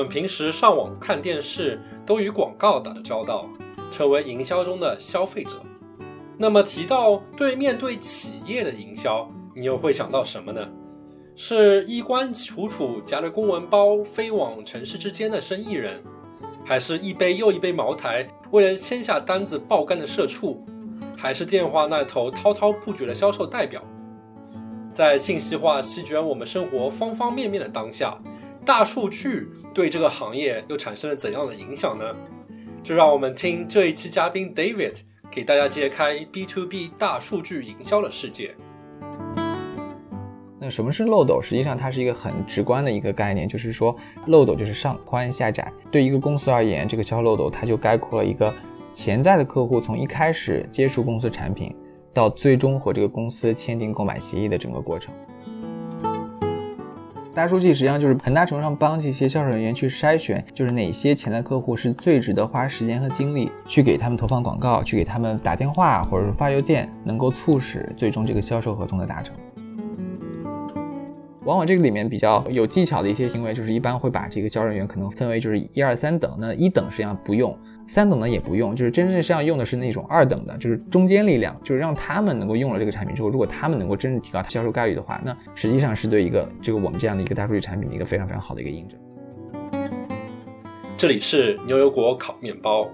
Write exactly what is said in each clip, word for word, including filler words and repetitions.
们平时上网看电视都与广告打着交道，成为营销中的消费者。那么提到对面对企业的营销，你又会想到什么呢？是衣冠楚楚夹着公文包飞往城市之间的生意人，还是一杯又一杯茅台为了签下单子爆肝的社畜，还是电话那头滔滔不绝的销售代表？在信息化席卷我们生活方方面面的当下，大数据对这个行业又产生了怎样的影响呢？就让我们听这一期嘉宾 David 给大家揭开 B to B 大数据营销的世界。 那什么是漏斗？实际上它是一个很直观的一个概念，就是说漏斗就是上宽下窄。对一个公司而言，这个销漏斗它就概括了一个潜在的客户从一开始接触公司产品到最终和这个公司签订购买协议的整个过程。大数据实际上就是很大程度上帮这些销售人员去筛选，就是哪些潜在客户是最值得花时间和精力去给他们投放广告，去给他们打电话或者是发邮件，能够促使最终这个销售合同的达成。往往这个里面比较有技巧的一些行为，就是一般会把这个销售人员可能分为就是一二三等，那一等实际上不用，三等呢也不用，就是真正实际上用的是那种二等的，就是中间力量，就是让他们能够用了这个产品之后，如果他们能够真正提高销售概率的话，那实际上是对一个这个我们这样的一个大数据产品的一个非常非常好的一个印证。 这里是牛油果烤面包。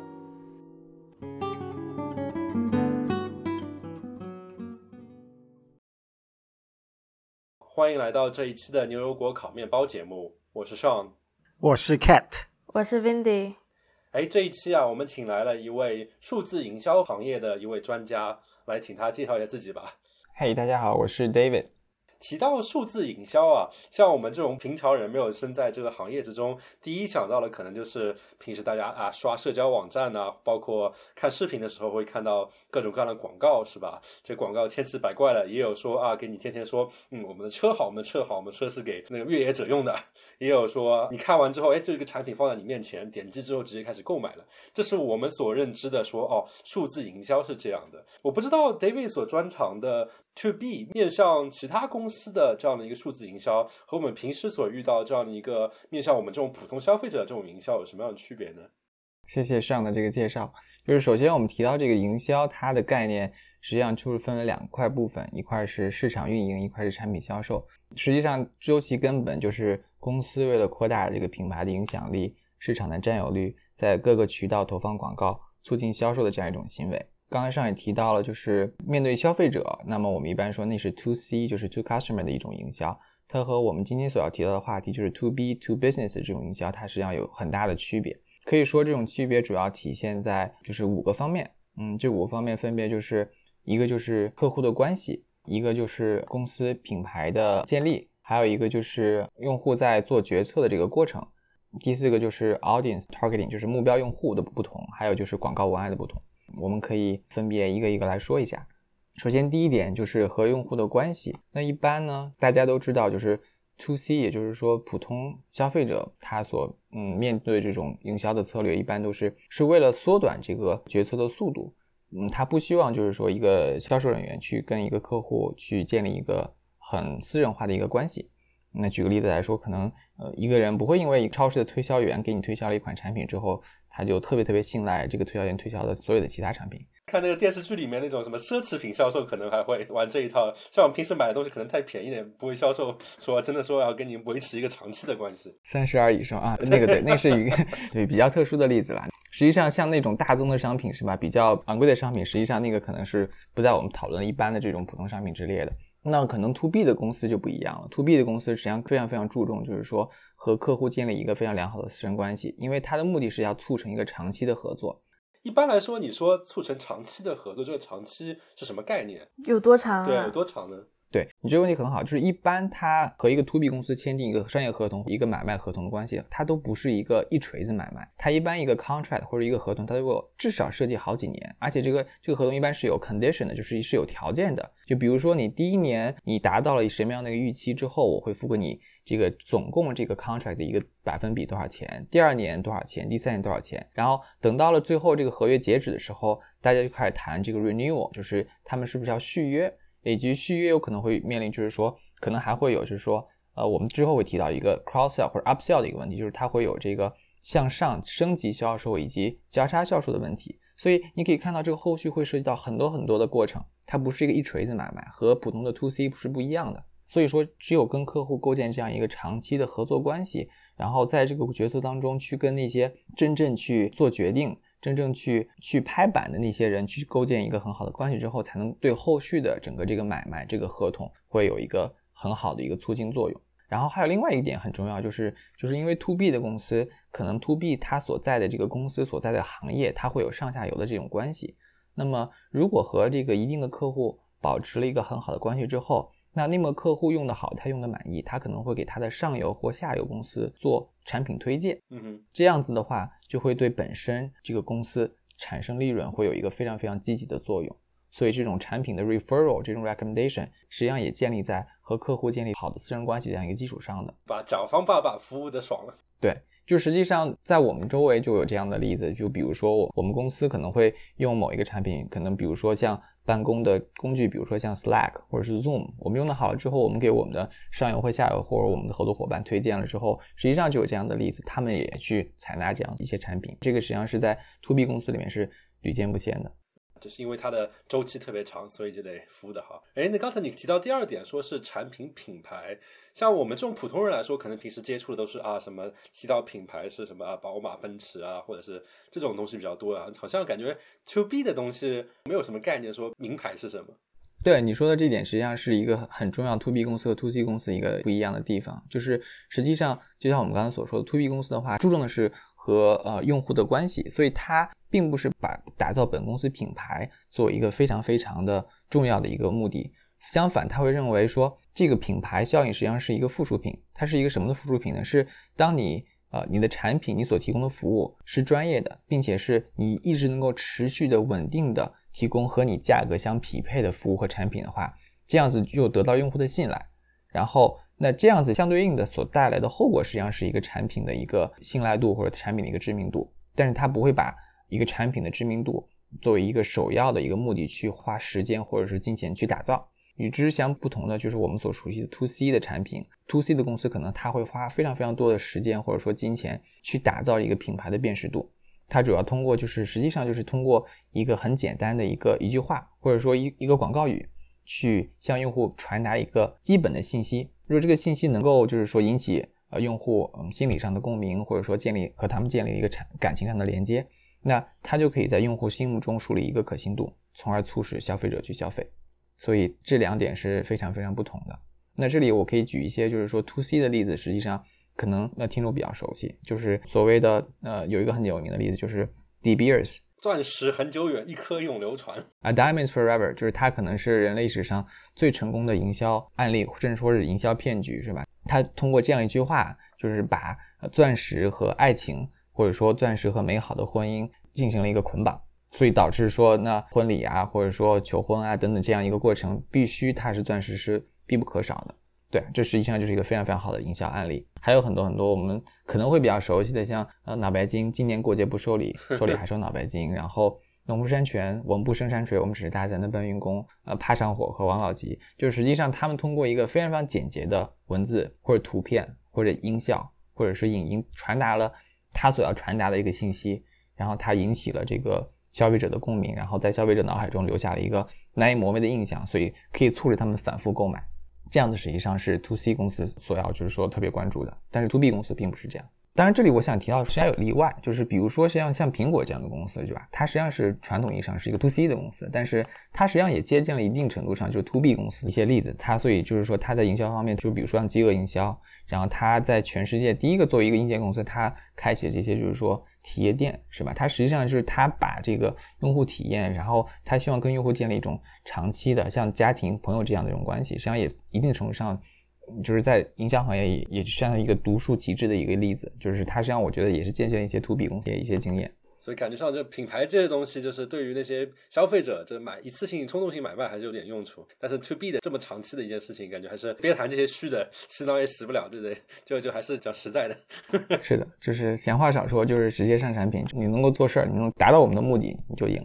欢迎来到这一期的牛油果烤面包节目，我是 Sean， 我是 Cat， 我是 Vindy。 哎，这一期啊，我们请来了一位数字营销行业的一位专家，来请他介绍一下自己吧。 嘿、hey, 大家好，我是 David。 提到数字营销啊，像我们这种平常人没有身在这个行业之中，第一想到的可能就是平时大家啊刷社交网站啊，包括看视频的时候会看到各种各样的广告，是吧？这广告千奇百怪的，也有说啊给你天天说，嗯，我们的车好，我们的车好，我们的车是给那个越野者用的，也有说你看完之后，哎，这个产品放在你面前，点击之后直接开始购买了。这是我们所认知的说，哦，数字营销是这样的。我不知道 David 所专长的 to B 面向其他公司的这样的一个数字营销和我们平时所遇到这样的一个面向我们这种普通消费者的这种营销有什么样的区别呢？ 谢谢上的这个介绍。就是首先我们提到这个营销，它的概念实际上就是分为两块部分，一块是市场运营，一块是产品销售。实际上究其根本就是公司为了扩大这个品牌的影响力，市场的占有率，在各个渠道投放广告，促进销售的这样一种行为。刚才上也提到了，就是面对消费者，那么我们一般说那是 to C， 就是 to customer 的一种营销，它和我们今天所要提到的话题就是 to B to business 这种营销，它实际上有很大的区别。可以说这种区别主要体现在就是五个方面。嗯，这五个方面分别就是一个就是客户的关系，一个就是公司品牌的建立，还有一个就是用户在做决策的这个过程，第四个就是 audience targeting， 就是目标用户的不同，还有就是广告文案的不同。我们可以分别一个一个来说一下。首先第一点就是和用户的关系。那一般呢大家都知道，就是 to C， 也就是说普通消费者他所嗯面对这种营销的策略一般都是是为了缩短这个决策的速度。嗯，他不希望就是说一个销售人员去跟一个客户去建立一个很私人化的一个关系。那举个例子来说，可能呃一个人不会因为超市的推销员给你推销了一款产品之后，他就特别特别信赖这个推销员推销的所有的其他产品。 看那个电视剧里面那种什么奢侈品销售可能还会玩这一套，像我们平时买的东西可能太便宜点，不会销售说真的说要跟你维持一个长期的关系。 三十而以上啊，那个对，那是一个对比较特殊的例子啦。实际上像那种大宗的商品是吧，比较昂贵的商品，实际上那个可能是不在我们讨论一般的这种普通商品之列的。那可能 to B 的公司就不一样了， to B 的公司实际上非常非常注重就是说和客户建立一个非常良好的私人关系，因为它的目的是要促成一个长期的合作。 一般来说你说促成长期的合作，这个长期是什么概念？ 有多长啊？ 对，有多长呢？ 对，你这个问题很好，就是一般它和一个 to B 公司签订一个商业合同，一个买卖合同的关系，它都不是一个一锤子买卖，它一般一个 contract 或者一个合同，它都有至少设计好几年，而且这个这个合同一般是有 condition 的，就是是有条件的。就比如说你第一年你达到了什么样的一个预期之后，我会付给你这个总共这个 contract 的一个百分比多少钱，第二年多少钱，第三年多少钱，然后等到了最后这个合约截止的时候，大家就开始谈这个 renewal， 就是他们是不是要续约，以及续约有可能会面临就是说可能还会有就是说呃，我们之后会提到一个 cross sell 或者 upsell 的一个问题，就是它会有这个向上升级销售以及交叉销售的问题。所以你可以看到这个后续会涉及到很多很多的过程，它不是一个一锤子买卖，和普通的 to C 是不一样的。所以说只有跟客户构建这样一个长期的合作关系，然后在这个决策当中去跟那些真正去做决定，真正去去拍板的那些人去构建一个很好的关系之后，才能对后续的整个这个买卖这个合同会有一个很好的一个促进作用。然后还有另外一点很重要，就是就是因为 to B 的公司，可能 to B 它所在的这个公司所在的行业，它会有上下游的这种关系。那么如果和这个一定的客户保持了一个很好的关系之后，那那么客户用的好，他用的满意，他可能会给他的上游或下游公司做产品推荐。 嗯哼， 这样子的话，就会对本身这个公司产生利润会有一个非常非常积极的作用。所以这种产品的 referral 这种 recommendation 实际上也建立在和客户建立好的私人关系这样一个基础上的。 把甲方爸爸服务的爽了。 对，就实际上在我们周围就有这样的例子，就比如说我们公司可能会用某一个产品，可能比如说像办公的工具，比如说像 Slack 或者是 Zoom， 我们用的好了之后，我们给我们的上游或下游或者我们的合作伙伴推荐了之后，实际上就有这样的例子，他们也去采纳这样一些产品。这个实际上是在 to B 公司里面是屡见不鲜的。 就是因为它的周期特别长，所以就得服务的好。诶，那刚才你提到第二点，说是产品品牌，像我们这种普通人来说，可能平时接触的都是啊什么提到品牌是什么啊，宝马、奔驰啊，或者是这种东西比较多啊，好像感觉 to B 的东西没有什么概念说名牌是什么。 对，你说的这点实际上是一个很重要 to B 公司和 to C 公司一个不一样的地方，就是实际上就像我们刚才所说的 to B 公司的话，注重的是和呃用户的关系，所以它并不是把打造本公司品牌作为一个非常非常的重要的一个目的。相反，他会认为说这个品牌效应实际上是一个附属品。它是一个什么的附属品呢？是当你呃你的产品你所提供的服务是专业的，并且是你一直能够持续的稳定的提供和你价格相匹配的服务和产品的话，这样子就得到用户的信赖。然后那这样子相对应的所带来的后果实际上是一个产品的一个信赖度或者产品的一个知名度，但是它不会把一个产品的知名度作为一个首要的一个目的去花时间或者是金钱去打造。与之相不同的就是我们所熟悉的 to C 的产品， to C 的公司可能它会花非常非常多的时间或者说金钱去打造一个品牌的辨识度。它主要通过就是实际上就是通过一个很简单的一个一句话或者说一一个广告语去向用户传达一个基本的信息。如果这个信息能够就是说引起呃用户嗯心理上的共鸣，或者说建立和他们建立一个产感情上的连接，那它就可以在用户心目中树立一个可信度，从而促使消费者去消费。所以这两点是非常非常不同的。那这里我可以举一些就是说 to C 的例子，实际上可能那听众比较熟悉，就是所谓的呃有一个很有名的例子就是 De Beers， 钻石恒久远，一颗永流传。 A Diamonds Forever， 就是它可能是人类史上最成功的营销案例，甚至说是营销骗局，是吧？它通过这样一句话，就是把钻石和爱情或者说钻石和美好的婚姻进行了一个捆绑，所以导致说那婚礼啊或者说求婚啊等等这样一个过程必须它是钻石是必不可少的。对，这实际上就是一个非常非常好的营销案例。还有很多很多我们可能会比较熟悉的，像呃脑白金，今年过节不收礼，收礼还收脑白金。然后农夫山泉，我们不生山水，我们只是大自然的搬运工。呃，帕上火和王老吉，就实际上他们通过一个非常非常简洁的文字或者图片或者音效或者是影音传达了他所要传达的一个信息，然后他引起了这个消费者的共鸣，然后在消费者脑海中留下了一个难以磨灭的印象，所以可以促使他们反复购买。这样子实际上是 to C 公司所要就是说特别关注的，但是 to B 公司并不是这样。当然这里我想提到实际上有例外，就是比如说实际上像苹果这样的公司，对吧？它实际上是传统意义上是一个 to C 的公司，但是它实际上也借鉴了一定程度上就是 to B 公司一些例子。它所以就是说它在营销方面，就比如说像饥饿营销，然后它在全世界第一个作为一个硬件公司，它开启了这些就是说体验店，是吧？它实际上就是它把这个用户体验，然后它希望跟用户建立一种长期的像家庭朋友这样的一种关系，实际上也一定程度上就是在营销行业也也相当于一个独树其帜的一个例子，就是它实际上我觉得也是借鉴一些 to B 公司的一些经验。 所以感觉上这品牌这些东西就是对于那些消费者这买一次性冲动性买卖还是有点用处，但是 to B 的这么长期的一件事情，感觉还是别谈这些虚的，洗脑也洗不了，对不对？就就还是讲实在的。 是的，就是闲话少说，就是直接上产品，你能够做事儿，你能达到我们的目的，你就赢了。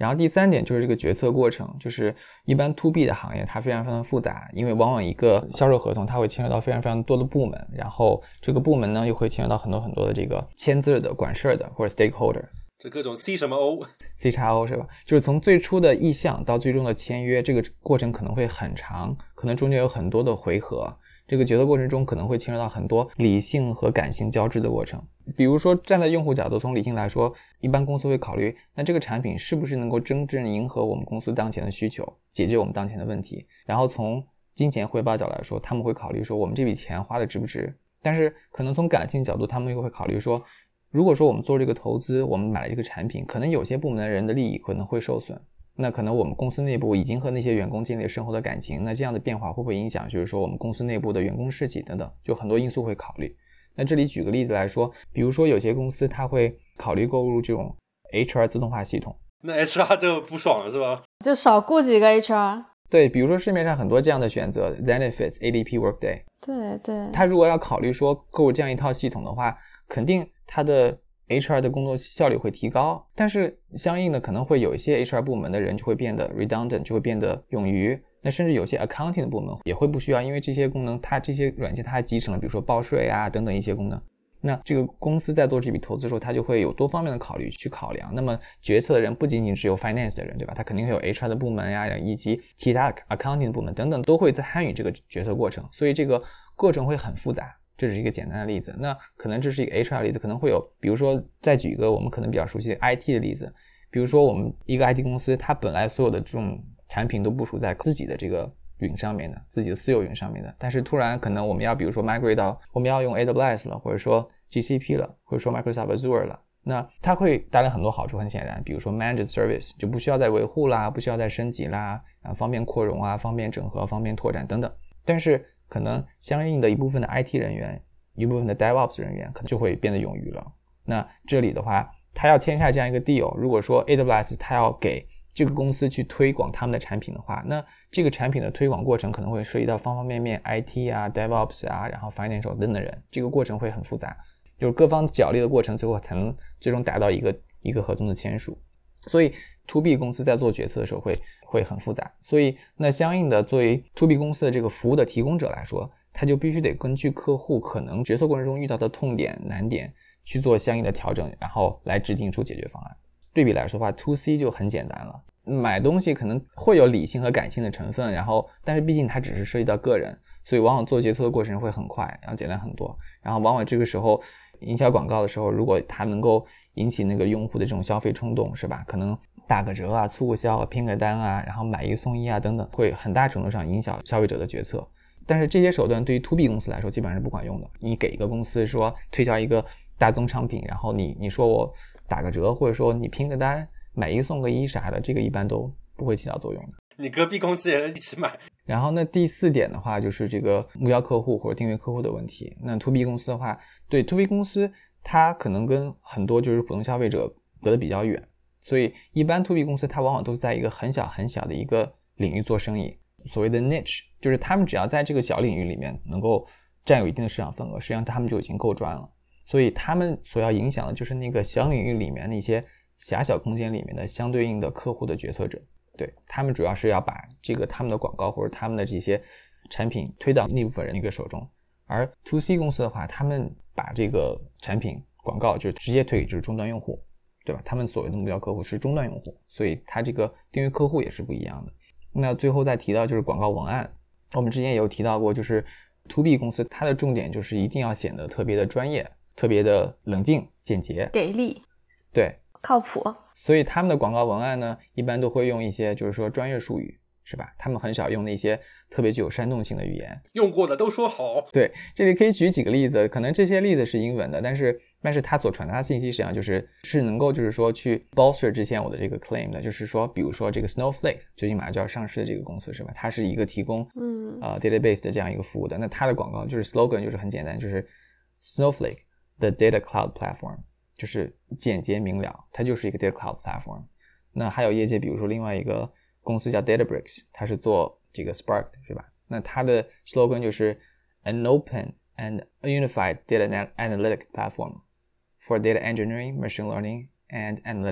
然后第三点就是这个决策过程，就是一般 to B 的行业它非常非常复杂，因为往往一个销售合同它会牵扯到非常非常多的部门，然后这个部门呢又会牵扯到很多很多的这个签字的管事的或者 stakeholder， 这各种 C 什么 O C X O 是吧，就是从最初的意向到最终的签约，这个过程可能会很长，可能中间有很多的回合，这个决策过程中可能会牵扯到很多理性和感性交织的过程。比如说站在用户角度，从理性来说，一般公司会考虑那这个产品是不是能够真正迎合我们公司当前的需求，解决我们当前的问题。然后从金钱回报角度来说，他们会考虑说我们这笔钱花的值不值。但是可能从感性角度，他们又会考虑说，如果说我们做这个投资，我们买了这个产品，可能有些部门的人的利益可能会受损，那可能我们公司内部已经和那些员工建立了深厚的感情，那这样的变化会不会影响就是说我们公司内部的员工士气等等，就很多因素会考虑。那这里举个例子来说，比如说有些公司它会考虑购入这种 H R 自动化系统， 那 H R 就不爽了是吧？ 就少雇几个 H R。 对，比如说市面上很多这样的选择 Zenefits、A D P、Workday， 对对， 他如果要考虑说购入这样一套系统的话，肯定他的 H R 的工作效率会提高，但是相应的可能会有一些 H R 部门的人就会变得 redundant， 就会变得冗余，那甚至有些 accounting 的部门也会不需要，因为这些功能它这些软件它还集成了比如说报税啊等等一些功能。那这个公司在做这笔投资的时候，它就会有多方面的考虑去考量，那么决策的人不仅仅只有 finance 的人，对吧？他肯定会有 H R 的部门呀，以及其他 accounting 的部门等等都会参与这个决策过程，所以这个过程会很复杂。这只是一个简单的例子，那可能这是一个 H R 例子，可能会有比如说再举一个我们可能比较熟悉的 I T 的例子，比如说我们一个 I T 公司，它本来所有的这种产品都部署在自己的这个云上面的，自己的私有云上面的，但是突然可能我们要比如说 migrate 到我们要用 A W S 了，或者说 G C P 了，或者说 Microsoft Azure 了，那它会带来很多好处，很显然，比如说 managed service 就不需要再维护啦，不需要再升级啦，然后方便扩容啊，方便整合，方便拓展等等。但是可能相应的一部分的 I T 人员，一部分的 DevOps 人员可能就会变得冗余了。那这里的话，他要签下这样一个 deal， 如果说 A W S 他要给这个公司去推广他们的产品的话，那这个产品的推广过程可能会涉及到方方面面 I T 啊 DevOps 啊，然后 Financial 等等人，这个过程会很复杂，就是各方角力的过程，最后才能最终达到一个一个合同的签署。所以 to B 公司在做决策的时候会会很复杂，所以那相应的作为 to B 公司的这个服务的提供者来说，他就必须得根据客户可能决策过程中遇到的痛点难点去做相应的调整，然后来制定出解决方案。对比来说的话 to C 就很简单了，买东西可能会有理性和感性的成分，然后但是毕竟它只是涉及到个人，所以往往做决策的过程会很快，然后简单很多，然后往往这个时候营销广告的时候，如果它能够引起那个用户的这种消费冲动，是吧？可能打个折啊，促个销啊，拼个单啊，然后买一送一啊等等，会很大程度上影响消费者的决策。但是这些手段对于 to B 公司来说基本上是不管用的，你给一个公司说推销一个大宗商品，然后你你说我打个折，或者说你拼个单买一送个一啥的，这个一般都不会起到作用的。 你隔壁公司也一起买。 然后那第四点的话就是这个目标客户或者定位客户的问题。那 to B 公司的话，对 to B 公司它可能跟很多就是普通消费者隔得比较远，所以一般 to B 公司它往往都在一个很小很小的一个领域做生意，所谓的 niche 就是他们只要在这个小领域里面能够占有一定的市场份额，实际上他们就已经够赚了。所以他们所要影响的就是那个小领域里面那些狭小空间里面的相对应的客户的决策者，对，他们主要是要把这个他们的广告或者他们的这些产品推到那部分人一个手中。而 to C 公司的话，他们把这个产品广告就直接推给就是终端用户，对吧？他们所谓的目标客户是终端用户，所以他这个定位客户也是不一样的。那最后再提到就是广告文案，我们之前也有提到过，就是 to B 公司它的重点就是一定要显得特别的专业，特别的冷静简洁给力， 对， 靠谱。 所以他们的广告文案呢，一般都会用一些就是说专业术语，是吧？他们很少用那些特别具有煽动性的语言， 用过的都说好。 对，这里可以举几个例子，可能这些例子是英文的，但是但是它所传达的信息实际上就是是能够就是说去 bolster 之前我的这个 claim 的，就是说比如说这个 Snowflake 最近马上就要上市的这个公司，是吧？它是一个提供嗯呃 database 的这样一个服务的，那它的广告就是 slogan 就是很简单，就是 Snowflake the data cloud platform， 就是简洁明了，它就是一个 data cloud platform。那还有业界比如说另外一个公司叫 Databricks， 它是做这个 Spark 的，是吧？那它的 slogan 就是 an open and unified data analytic platform for data engineering, machine learning and analytics。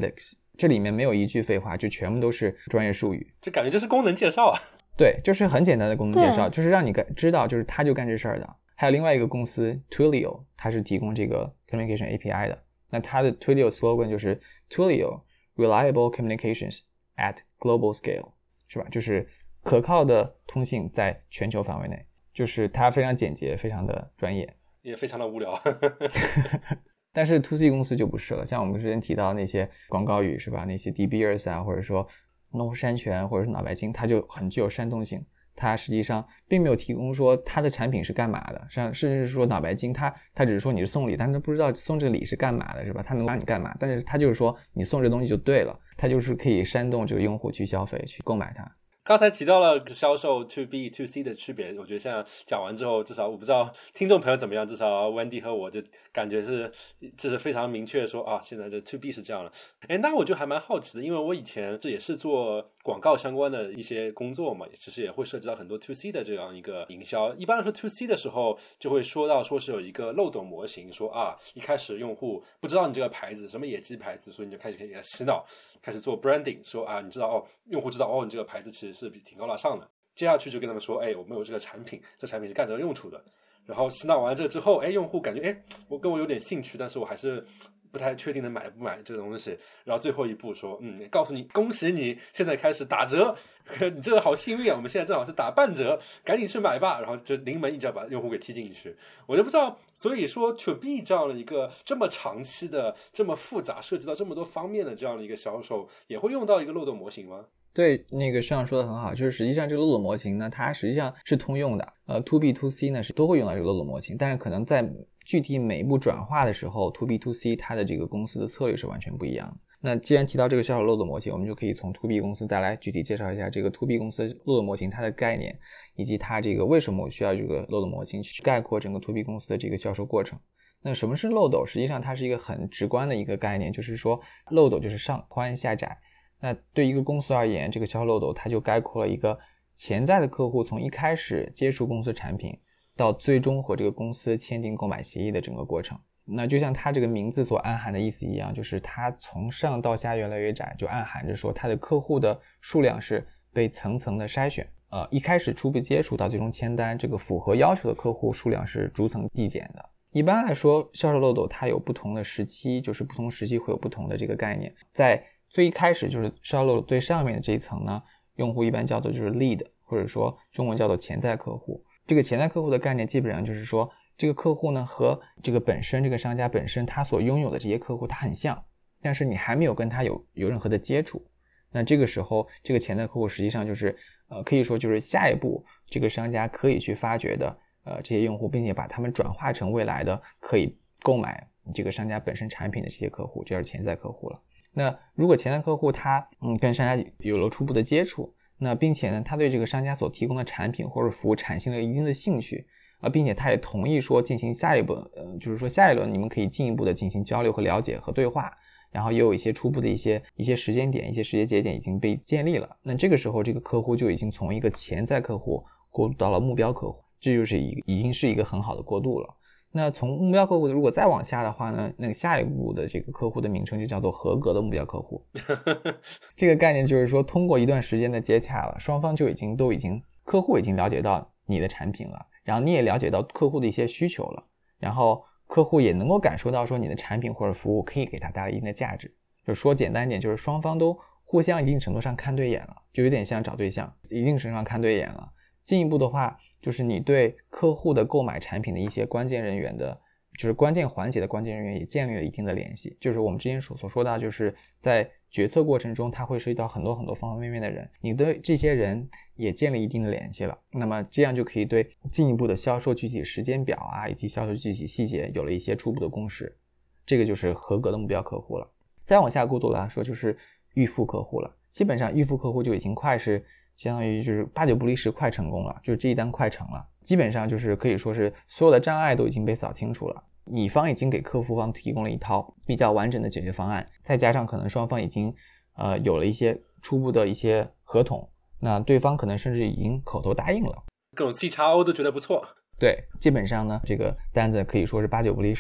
这里面没有一句废话，就全部都是专业术语， 就感觉这是功能介绍啊。 对，就是很简单的功能介绍，就是让你知道就是他就干这事儿的。还有另外一个公司 Twilio， 它是提供这个 communication A P I 的，那它的 Twilio slogan 就是 Twilio reliable communications at global scale， 是吧？就是可靠的通信在全球范围内，就是它非常简洁，非常的专业， 也非常的无聊。 但是 to C 公司就不是了，像我们之前提到那些广告语，是吧？那些 De Beers 啊，或者说农夫山泉或者是脑白金，它就很具有煽动性，它实际上并没有提供说它的产品是干嘛的，甚至是说脑白金它它只是说你是送礼，但是它不知道送这个礼是干嘛的，是吧？它能帮你干嘛，但是它就是说你送这东西就对了，它就是可以煽动这个用户去消费去购买它。 刚才提到了销售 to B to C 的区别，我觉得现在讲完之后，至少我不知道听众朋友怎么样，至少 Wendy 和我就感觉是就是非常明确说啊，现在这 to B 是这样的。哎，那我就还蛮好奇的，因为我以前这也是做广告相关的一些工作嘛，其实也会涉及到很多 to C 的这样一个营销。一般来说 to C 的时候就会说到说是有一个漏斗模型，说啊一开始用户不知道你这个牌子什么野鸡牌子，所以你就开始给他洗脑，开始做 branding， 说啊你知道哦，用户知道哦你这个牌子其实是挺高大上的，接下去就跟他们说，哎，我们有这个产品，这产品是干这个用处的。然后洗脑完这个之后，哎，用户感觉，哎，我跟我有点兴趣，但是我还是不太确定能买不买这个东西。然后最后一步说，嗯，告诉你，恭喜你，现在开始打折，你这个好幸运啊，我们现在正好是打半折，赶紧去买吧。然后就临门一脚把用户给踢进去。我就不知道，所以说 to B 这样的一个这么长期的、这么复杂、涉及到这么多方面的这样的一个销售，也会用到一个漏斗模型吗？ 对，那个上说的很好，就是实际上这个漏斗模型呢，它实际上是通用的。呃 ，to B to C 呢是都会用到这个漏斗模型，但是可能在具体每一步转化的时候 ，to B to C 它的这个公司的策略是完全不一样的。那既然提到这个销售漏斗模型，我们就可以从 to B 公司再来具体介绍一下这个 to B 公司漏斗模型它的概念，以及它这个为什么我需要这个漏斗模型去概括整个 to B 公司的这个销售过程。那什么是漏斗？实际上它是一个很直观的一个概念，就是说漏斗就是上宽下窄。那对一个公司而言，这个销售漏斗它就概括了一个潜在的客户从一开始接触公司产品到最终和这个公司签订购买协议的整个过程。那就像它这个名字所暗含的意思一样，就是它从上到下越来越窄，就暗含着说它的客户的数量是被层层的筛选，呃，一开始初步接触到最终签单，这个符合要求的客户数量是逐层递减的。一般来说，销售漏斗它有不同的时期，就是不同时期会有不同的这个概念。在最一开始就是销售漏斗最上面的这一层呢，用户一般叫做就是 lead， 或者说中文叫做潜在客户。这个潜在客户的概念基本上就是说，这个客户呢和这个本身这个商家本身他所拥有的这些客户他很像，但是你还没有跟他有有任何的接触。那这个时候这个潜在客户实际上就是呃可以说就是下一步这个商家可以去发掘的呃这些用户，并且把他们转化成未来的可以购买这个商家本身产品的这些客户，这是潜在客户了。那如果潜在客户他嗯跟商家有了初步的接触，那并且呢他对这个商家所提供的产品或者服务产生了一定的兴趣啊，并且他也同意说进行下一步呃就是说下一轮你们可以进一步的进行交流和了解和对话，然后也有一些初步的一些一些时间点一些时间节点已经被建立了。那这个时候这个客户就已经从一个潜在客户过渡到了目标客户，这就是一个已经是一个很好的过渡了。那从目标客户如果再往下的话呢，那个下一步的这个客户的名称就叫做合格的目标客户。这个概念就是说通过一段时间的接洽了，双方就已经都已经客户已经了解到你的产品了，然后你也了解到客户的一些需求了，然后客户也能够感受到说你的产品或者服务可以给他带来一定的价值。就说简单一点，就是双方都互相一定程度上看对眼了，就有点像找对象，一定程度上看对眼了。进一步的话，就是你对客户的购买产品的一些关键人员的就是关键环节的关键人员也建立了一定的联系，就是我们之前所所说到，就是在决策过程中它会涉及到很多很多方方面面的人，你对这些人也建立一定的联系了，那么这样就可以对进一步的销售具体时间表啊以及销售具体细节有了一些初步的共识，这个就是合格的目标客户了。再往下过渡来说就是预付客户了，基本上预付客户就已经快是相当于就是八九不离十快成功了，就是这一单快成了，基本上就是可以说是所有的障碍都已经被扫清楚了，乙方已经给客户方提供了一套比较完整的解决方案，再加上可能双方已经呃有了一些初步的一些合同，那对方可能甚至已经口头答应了， 各种 C X O 都觉得不错， 对，基本上呢这个单子可以说是八九不离十了，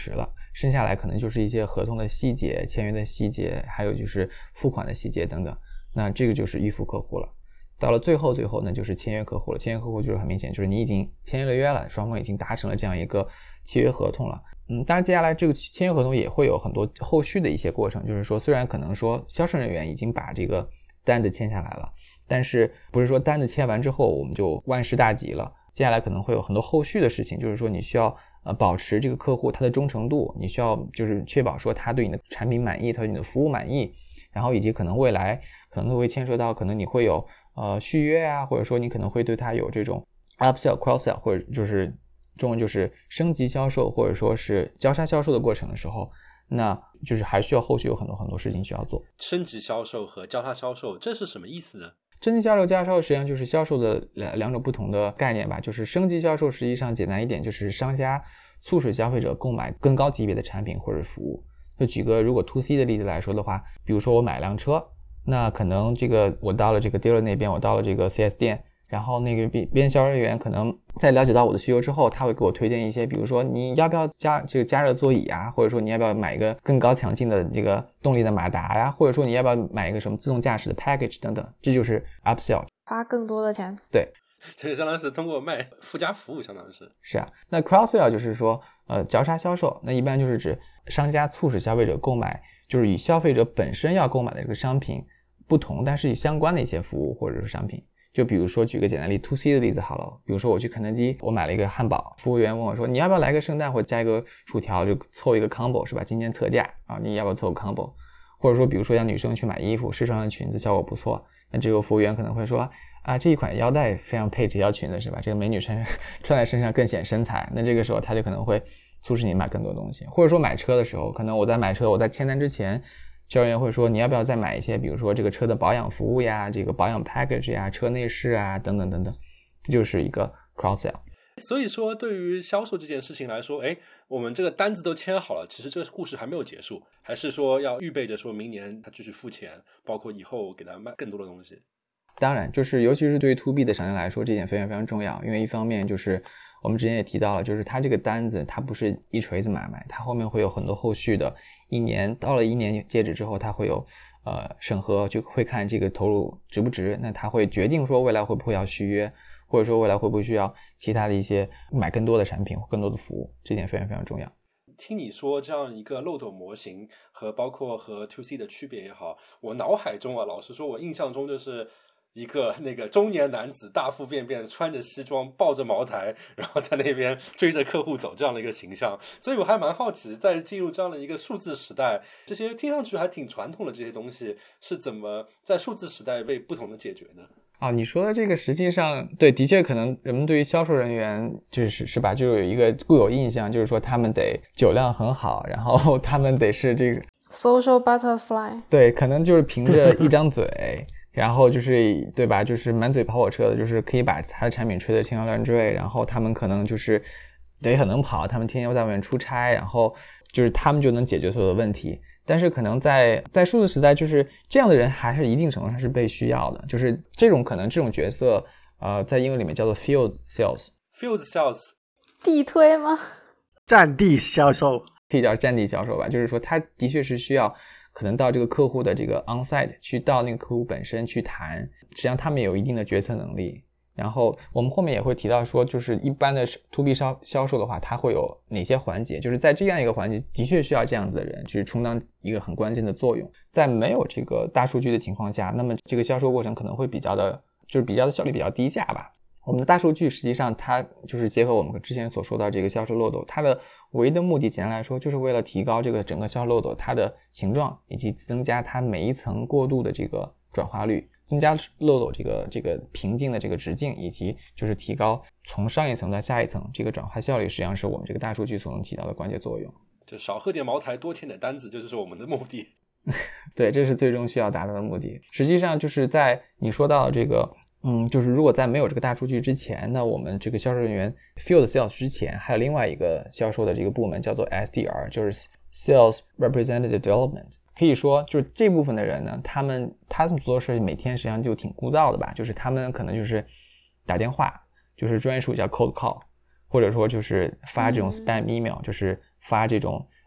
剩下来可能就是一些合同的细节、签约的细节，还有就是付款的细节等等。那这个就是预付客户了。到了最后最后呢，就是签约客户了。签约客户就是很明显，就是你已经签约了约了，双方已经达成了这样一个契约合同了。嗯，当然接下来这个签约合同也会有很多后续的一些过程，就是说虽然可能说销售人员已经把这个单子签下来了，但是不是说单子签完之后我们就万事大吉了。接下来可能会有很多后续的事情，就是说你需要呃保持这个客户他的忠诚度，你需要就是确保说他对你的产品满意，他对你的服务满意，然后以及可能未来可能都会牵涉到可能你会有呃续约啊，或者说你可能会对他有这种 upsell cross-sell 或者就是中文就是升级销售或者说是交叉销售的过程的时候，那就是还需要后续有很多很多事情需要做。 升级销售和交叉销售这是什么意思呢？ 升级销售、交叉销售实际上就是销售的两种不同的概念吧。就是升级销售实际上简单一点，就是商家促使消费者购买更高级别的产品或者服务。就举个如果 to C 的例子来说的话，比如说我买辆车，那可能这个我到了这个 dealer 那边，我到了这个 四 S 店，然后那个边销售人员可能在了解到我的需求之后，他会给我推荐一些，比如说你要不要加这个加热座椅啊，或者说你要不要买一个更高强劲的这个动力的马达呀、啊，或者说你要不要买一个什么自动驾驶的 package 等等，这就是 upsell， 花更多的钱。 对， 这相当于是通过卖附加服务，相当于是是啊。那 cross-sell 就是说呃交叉销售，那一般就是指商家促使消费者购买，就是与消费者本身要购买的这个商品不同，但是与相关的一些服务或者是商品。就比如说举个简单例 to C 的例子好了，比如说我去肯德基，我买了一个汉堡，服务员问我说你要不要来个圣诞或加一个薯条，就凑一个 combo 是吧？今天特价啊，你要不要凑个 combo？ 或者说比如说像女生去买衣服，试穿的裙子效果不错，那这个服务员可能会说啊，这一款腰带非常配这条裙子是吧？这个美女穿穿在身上更显身材，那这个时候他就可能会促使你买更多东西。或者说买车的时候，可能我在买车，我在签单之前，销售员会说你要不要再买一些比如说这个车的保养服务呀，这个保养 package 呀，车内饰啊等等等等，这就是一个 cross-sell。 所以说对于销售这件事情来说，诶，我们这个单子都签好了，其实这个故事还没有结束，还是说要预备着说明年他继续付钱，包括以后给他卖更多的东西。 当然就是尤其是对于 to B 的商家来说，这点非常非常重要。因为一方面就是我们之前也提到了，就是它这个单子它不是一锤子买卖，它后面会有很多后续的，一年到了一年截止之后，它会有呃审核，就会看这个投入值不值，那它会决定说未来会不会要续约，或者说未来会不会需要其他的一些买更多的产品或更多的服务，这点非常非常重要。 听你说这样一个漏斗模型和包括和 to C 的区别也好，我脑海中啊，老实说我印象中就是一个那个中年男子大腹便便，穿着西装抱着茅台，然后在那边追着客户走这样的一个形象。所以我还蛮好奇，在进入这样的一个数字时代，这些听上去还挺传统的这些东西是怎么在数字时代被不同的解决呢？ 啊，你说的这个实际上对，的确可能人们对于销售人员就是是吧，就有一个固有印象，就是说他们得酒量很好，然后他们得是这个 social butterfly， 对，可能就是凭着一张嘴然后就是对吧，就是满嘴跑火车的，就是可以把他的产品吹得天花乱坠，然后他们可能就是得很能跑，他们天天在外面出差，然后就是他们就能解决所有的问题。但是可能在在数字时代，就是这样的人还是一定程度上是被需要的，就是这种可能这种角色呃，在英文里面叫做 field sales。 Field sales 地推吗？ 战地销售， 可以叫战地销售吧，就是说他的确是需要可能到这个客户的这个 on-site 去到那个客户本身去谈，实际上他们有一定的决策能力。然后我们后面也会提到说，就是一般的 to B 销销售的话，它会有哪些环节，就是在这样一个环节的确需要这样子的人去充当一个很关键的作用。在没有这个大数据的情况下，那么这个销售过程可能会比较的就是比较的效率比较低下吧。我们的大数据实际上它就是结合我们之前所说到这个销售漏斗，它的唯一的目的简单来说就是为了提高这个整个销售漏斗它的形状，以及增加它每一层过渡的这个转化率，增加漏斗这个这个瓶颈的这个直径，以及就是提高从上一层到下一层这个转化效率，实际上是我们这个大数据所能起到的关键作用。 就少喝点茅台，多签点单子，这就是我们的目的。 对，这是最终需要达到的目的。实际上就是在你说到这个嗯，就是如果在没有这个大数据之前，那我们这个销售人员 field sales 之前还有另外一个销售的这个部门叫做 S D R， 就是 Sales Representative Development。 可以说就是这部分的人呢，他们他们做的事每天实际上就挺枯燥的吧，就是他们可能就是打电话，就是专业术语叫 cold call， 或者说就是发这种 spam email， 就是发这种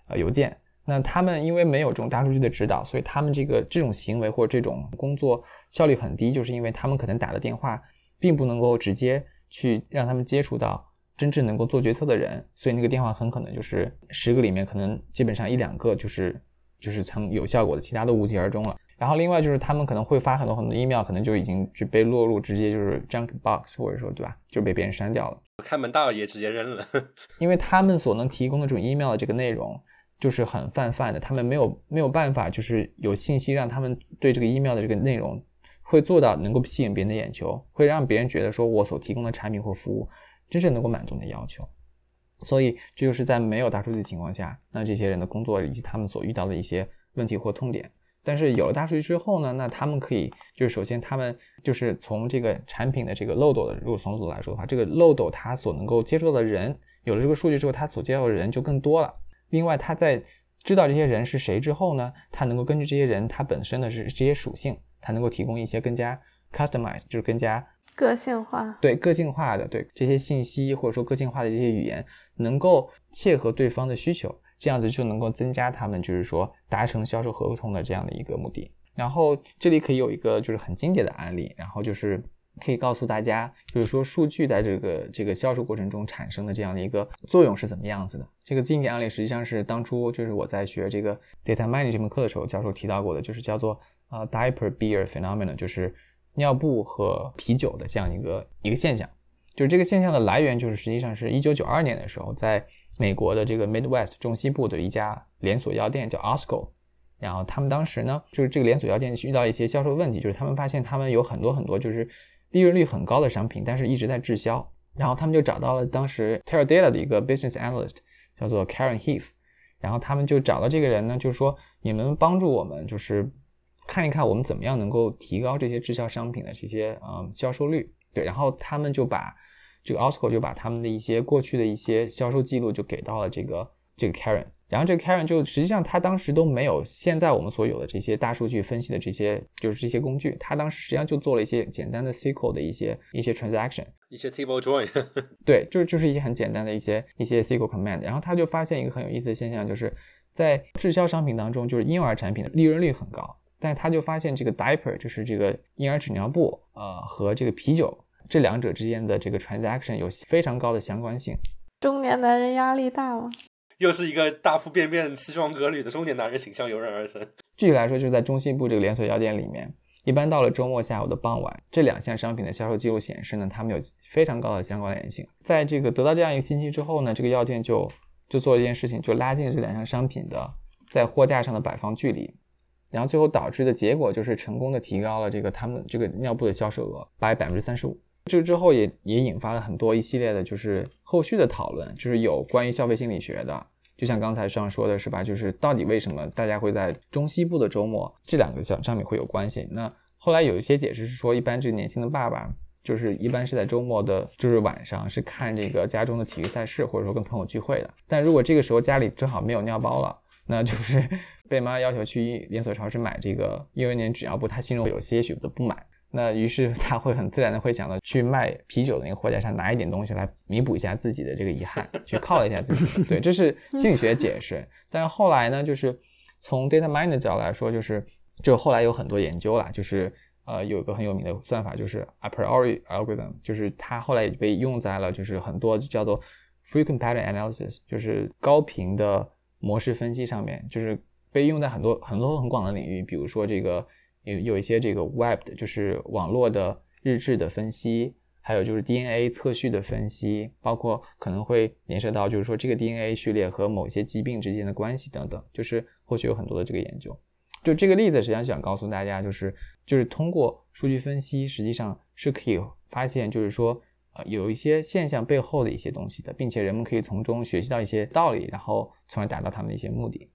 呃邮件。那他们因为没有这种大数据的指导，所以他们这个这种行为或者这种工作效率很低，就是因为他们可能打的电话并不能够直接去让他们接触到真正能够做决策的人，所以那个电话很可能就是十个里面可能基本上一两个就是就是曾有效果的，其他都无疾而终了。然后另外就是他们可能会发很多很多 email， 可能就已经就被落入直接就是 junk box， 或者说对吧，就被别人删掉了， 看门大爷直接扔了因为他们所能提供的这种 email 的这个内容就是很泛泛的，他们没有没有办法就是有信息让他们对这个 email 的这个内容会做到能够吸引别人的眼球，会让别人觉得说我所提供的产品或服务真正能够满足你的要求。所以这就是在没有大数据的情况下，那这些人的工作以及他们所遇到的一些问题或痛点。但是有了大数据之后呢，那他们可以就是首先他们就是从这个产品的这个漏斗的，如果从漏斗来说的话，这个漏斗它所能够接触到的人，有了这个数据之后，它所接触到的人就更多了。另外他在知道这些人是谁之后呢，他能够根据这些人他本身的是这些属性，他能够提供一些更加 customize， 就是更加个性化， 对个性化的对这些信息或者说个性化的这些语言能够切合对方的需求，这样子就能够增加他们就是说达成销售合同的这样的一个目的。然后这里可以有一个就是很经典的案例，然后就是可以告诉大家就是说数据在这个这个销售过程中产生的这样的一个作用是怎么样子的。这个经典案例实际上是当初就是我在学这个 data mining 这门课的时候教授提到过的，就是叫做呃 diaper beer phenomenon， 就是尿布和啤酒的这样一个一个现象。就是这个现象的来源就是实际上是一九九二年的时候，在美国的这个 Midwest 中西部的一家连锁药店叫 Costco， 然后他们当时呢就是这个连锁药店遇到一些销售问题，就是他们发现他们有很多很多就是利润率很高的商品，但是一直在滞销。然后他们就找到了当时 Teradata 的一个 business analyst 叫做 Karen Heath， 然后他们就找到这个人呢，就是说你们帮助我们就是看一看我们怎么样能够提高这些滞销商品的这些呃销售率。对，然后他们就把这个 Costco 就把他们的一些过去的一些销售记录就给到了这个这个 Karen， 然后这个 Karen 就实际上他当时都没有现在我们所有的这些大数据分析的这些就是这些工具，他当时实际上就做了一些简单的 S Q L 的一些一些 transaction， 一些 table join 对，就是就是一些很简单的一些一些 S Q L command。 然后他就发现一个很有意思的现象，就是在滞销商品当中，就是婴儿产品的利润率很高，但是他就发现这个 diaper 就是这个婴儿纸尿布呃和这个啤酒这两者之间的这个 transaction 有非常高的相关性。 中年男人压力大吗？ 又是一个大腹便便西装革履的中年男人形象油然而生。 具体来说就是在中西部这个连锁药店里面，一般到了周末下午的傍晚，这两项商品的销售记录显示呢，它们有非常高的相关联性。在这个得到这样一个信息之后呢，这个药店就就做了一件事情，就拉近了这两项商品的在货架上的摆放距离，然后最后导致的结果就是成功的提高了这个他们这个尿布的销售额by 百分之三十五。这之后也也引发了很多一系列的就是后续的讨论，就是有关于消费心理学的，就像刚才上说的是吧，就是到底为什么大家会在中西部的周末这两个商品会有关系。那后来有一些解释是说，一般这个年轻的爸爸就是一般是在周末的就是晚上是看这个家中的体育赛事，或者说跟朋友聚会的，但如果这个时候家里正好没有尿包了，那就是被妈要求去连锁超市买这个幼儿园纸尿布，他心中有些许的不满，那于是他会很自然的会想到去卖啤酒的那个货架上拿一点东西来弥补一下自己的这个遗憾，去犒一下自己。对，这是心理学解释。但是后来呢，就是从 data mining 的角度来说，就是就后来有很多研究啦，就是呃有一个很有名的算法，就是 a priori algorithm， 就是它后来也被用在了就是很多叫做 frequent pattern analysis， 就是高频的模式分析上面，就是被用在很多很多很广的领域，比如说这个有有一些这个 web 的就是网络的日志的分析，还有就是 D N A 测序的分析，包括可能会延伸到就是说这个 D N A 序列和某些疾病之间的关系等等，就是后续有很多的这个研究。就这个例子实际上想告诉大家，就是就是通过数据分析实际上是可以发现就是说呃有一些现象背后的一些东西的，并且人们可以从中学习到一些道理，然后从而达到他们的一些目的。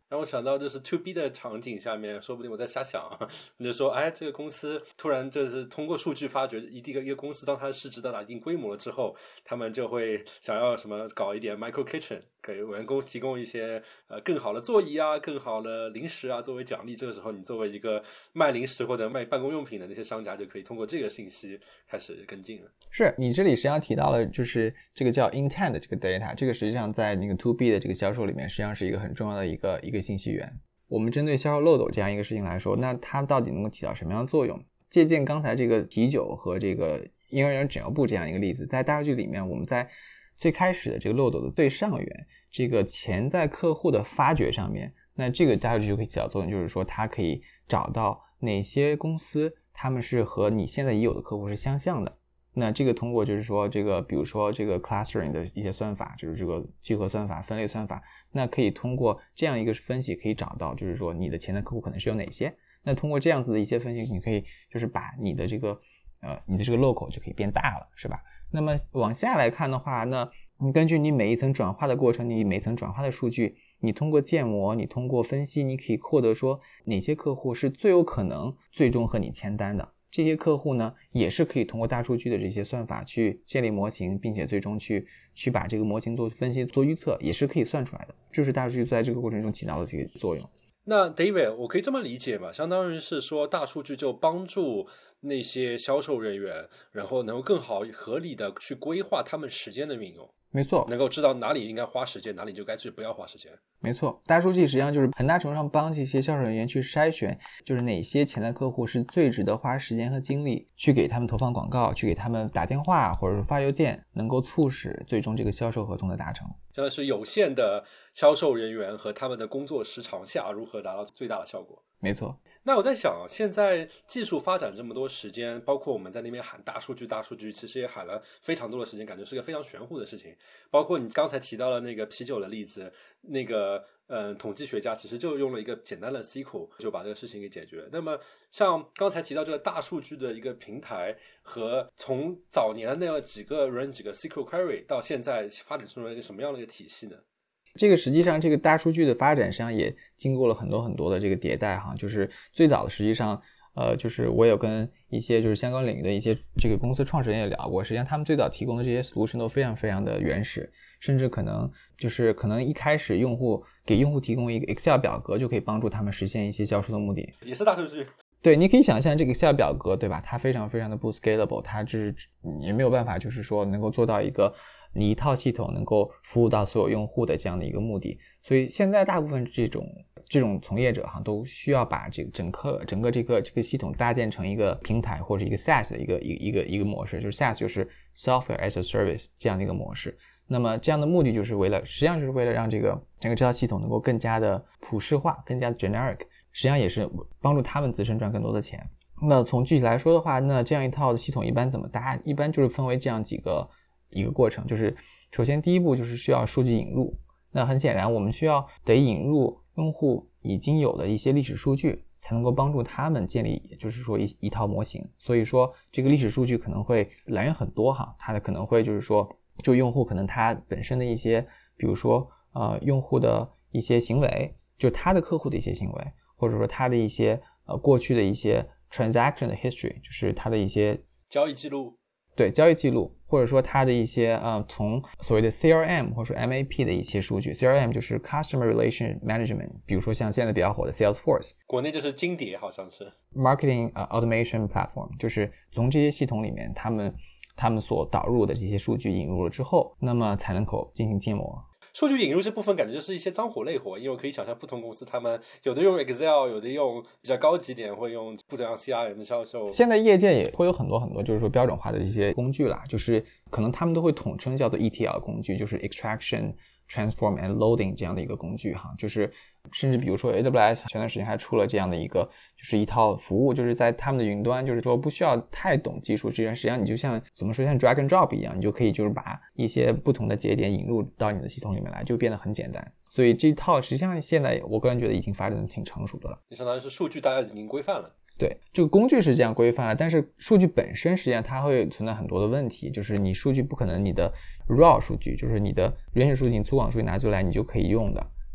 让我想到就是 to B 的场景下面，说不定我在瞎想啊，你就说哎，这个公司突然就是通过数据发掘一个一个公司当它的市值到达一定规模了之后，他们就会想要什么搞一点 micro kitchen， 给员工提供一些呃更好的座椅啊，更好的零食啊作为奖励。这个时候你作为一个卖零食或者卖办公用品的那些商家就可以通过这个信息开始跟进了。 是你这里实际上提到了就是这个叫 intent 的这个 data， 这个实际上在那个 to B 的这个销售里面实际上是一个很重要的一个一个信息源。我们针对销售漏斗这样一个事情来说，那它到底能够起到什么样的作用？借鉴刚才这个啤酒和这个婴儿整油布这样一个例子，在大数据里面，我们在最开始的这个漏斗的最上缘，这个潜在客户的发掘上面，那这个大数据就可以起到作用，就是说它可以找到哪些公司他们是和你现在已有的客户是相像的。那这个通过就是说这个比如说这个 clustering 的一些算法，就是这个聚合算法、分类算法，那可以通过这样一个分析可以找到就是说你的潜在客户可能是有哪些。那通过这样子的一些分析，你可以就是把你的这个呃你的这个漏口就可以变大了，是吧？那么往下来看的话，那你根据你每一层转化的过程，你每层转化的数据，你通过建模，你通过分析，你可以获得说哪些客户是最有可能最终和你签单的。这些客户呢，也是可以通过大数据的这些算法去建立模型，并且最终去去把这个模型做分析、做预测，也是可以算出来的。就是大数据在这个过程中起到的这个作用。 那 David， 我可以这么理解吧，相当于是说大数据就帮助那些销售人员，然后能够更好合理的去规划他们时间的运用。 没错， 能够知道哪里应该花时间，哪里就该去不要花时间。 没错，大数据实际上就是很大程度上帮这些销售人员去筛选，就是哪些潜在客户是最值得花时间和精力去给他们投放广告，去给他们打电话或者是发邮件，能够促使最终这个销售合同的达成。 相当于是有限的销售人员和他们的工作时长下如何达到最大的效果。 没错。 那我在想，现在技术发展这么多时间，包括我们在那边喊大数据大数据，其实也喊了非常多的时间，感觉是个非常玄乎的事情。包括你刚才提到了那个啤酒的例子，那个嗯，统计学家其实就用了一个简单的 S Q L 就把这个事情给解决。那么像刚才提到这个大数据的一个平台，和从早年的那几个 run 几个 S Q L query 到现在发展出了一个什么样的一个体系呢？ 这个实际上这个大数据的发展实际上也经过了很多很多的这个迭代哈，就是最早的实际上呃，就是我有跟一些就是相关领域的一些这个公司创始人也聊过，实际上他们最早提供的这些 solution 都非常非常的原始，甚至可能就是可能一开始用户给用户提供一个 Excel 表格就可以帮助他们实现一些销售的目的， 也是大数据。 对，你可以想象这个 Excel 表格，对吧？它非常非常的不 scalable， 它就是也没有办法就是说能够做到一个你一套系统能够服务到所有用户的这样的一个目的。所以现在大部分这种这种从业者哈，都需要把这个整个整个这个这个系统搭建成一个平台或者一个 SaaS 的一个一个一个一个模式，就是 SaaS 就是 Software as a Service 这样的一个模式。那么这样的目的就是为了，实际上就是为了让这个整个这套系统能够更加的普世化，更加的 generic， 实际上也是帮助他们自身赚更多的钱。那从具体来说的话，那这样一套的系统一般怎么搭？一般就是分为这样几个一个过程，就是首先第一步就是需要数据引入。那很显然我们需要得引入用户已经有的一些历史数据，才能够帮助他们建立就是说 一, 一套模型。所以说这个历史数据可能会来源很多哈，它的可能会就是说就用户可能他本身的一些比如说呃用户的一些行为，就他的客户的一些行为，或者说他的一些呃过去的一些 transaction 的 history， 就是他的一些交易记录， 对，交易记录，或者说它的一些呃，从所谓的 C R M 或者说 M A P 的一些数据。 C R M 就是 Customer Relation Management， 比如说像现在比较火的 Salesforce， 国内就是金蝶好像是 Marketing、uh, Automation Platform， 就是从这些系统里面他们他们所导入的这些数据引入了之后，那么才能够进行建模。 数据引入这部分感觉就是一些脏活累活，因为我可以想象不同公司他们有的用 Excel， 有的用比较高级点会用不同 C R M 的销售。 现在业界也会有很多很多就是说标准化的一些工具啦，就是可能他们都会统称叫做 E T L 工具，就是 Extraction Transform and Loading 这样的一个工具哈，就是甚至比如说 A W S 前段时间还出了这样的一个就是一套服务，就是在他们的云端，就是说不需要太懂技术，实际上你就像怎么说像 drag and drop 一样，你就可以就是把一些不同的节点引入到你的系统里面来，就变得很简单。所以这套实际上现在我个人觉得已经发展的挺成熟的了， 就相当于是数据大家已经规范了。 对，这个工具是这样规范了，但是数据本身实际上它会存在很多的问题，就是你数据不可能你的 raw 数据，就是你的原始数据你粗犷数据拿出来你就可以用的，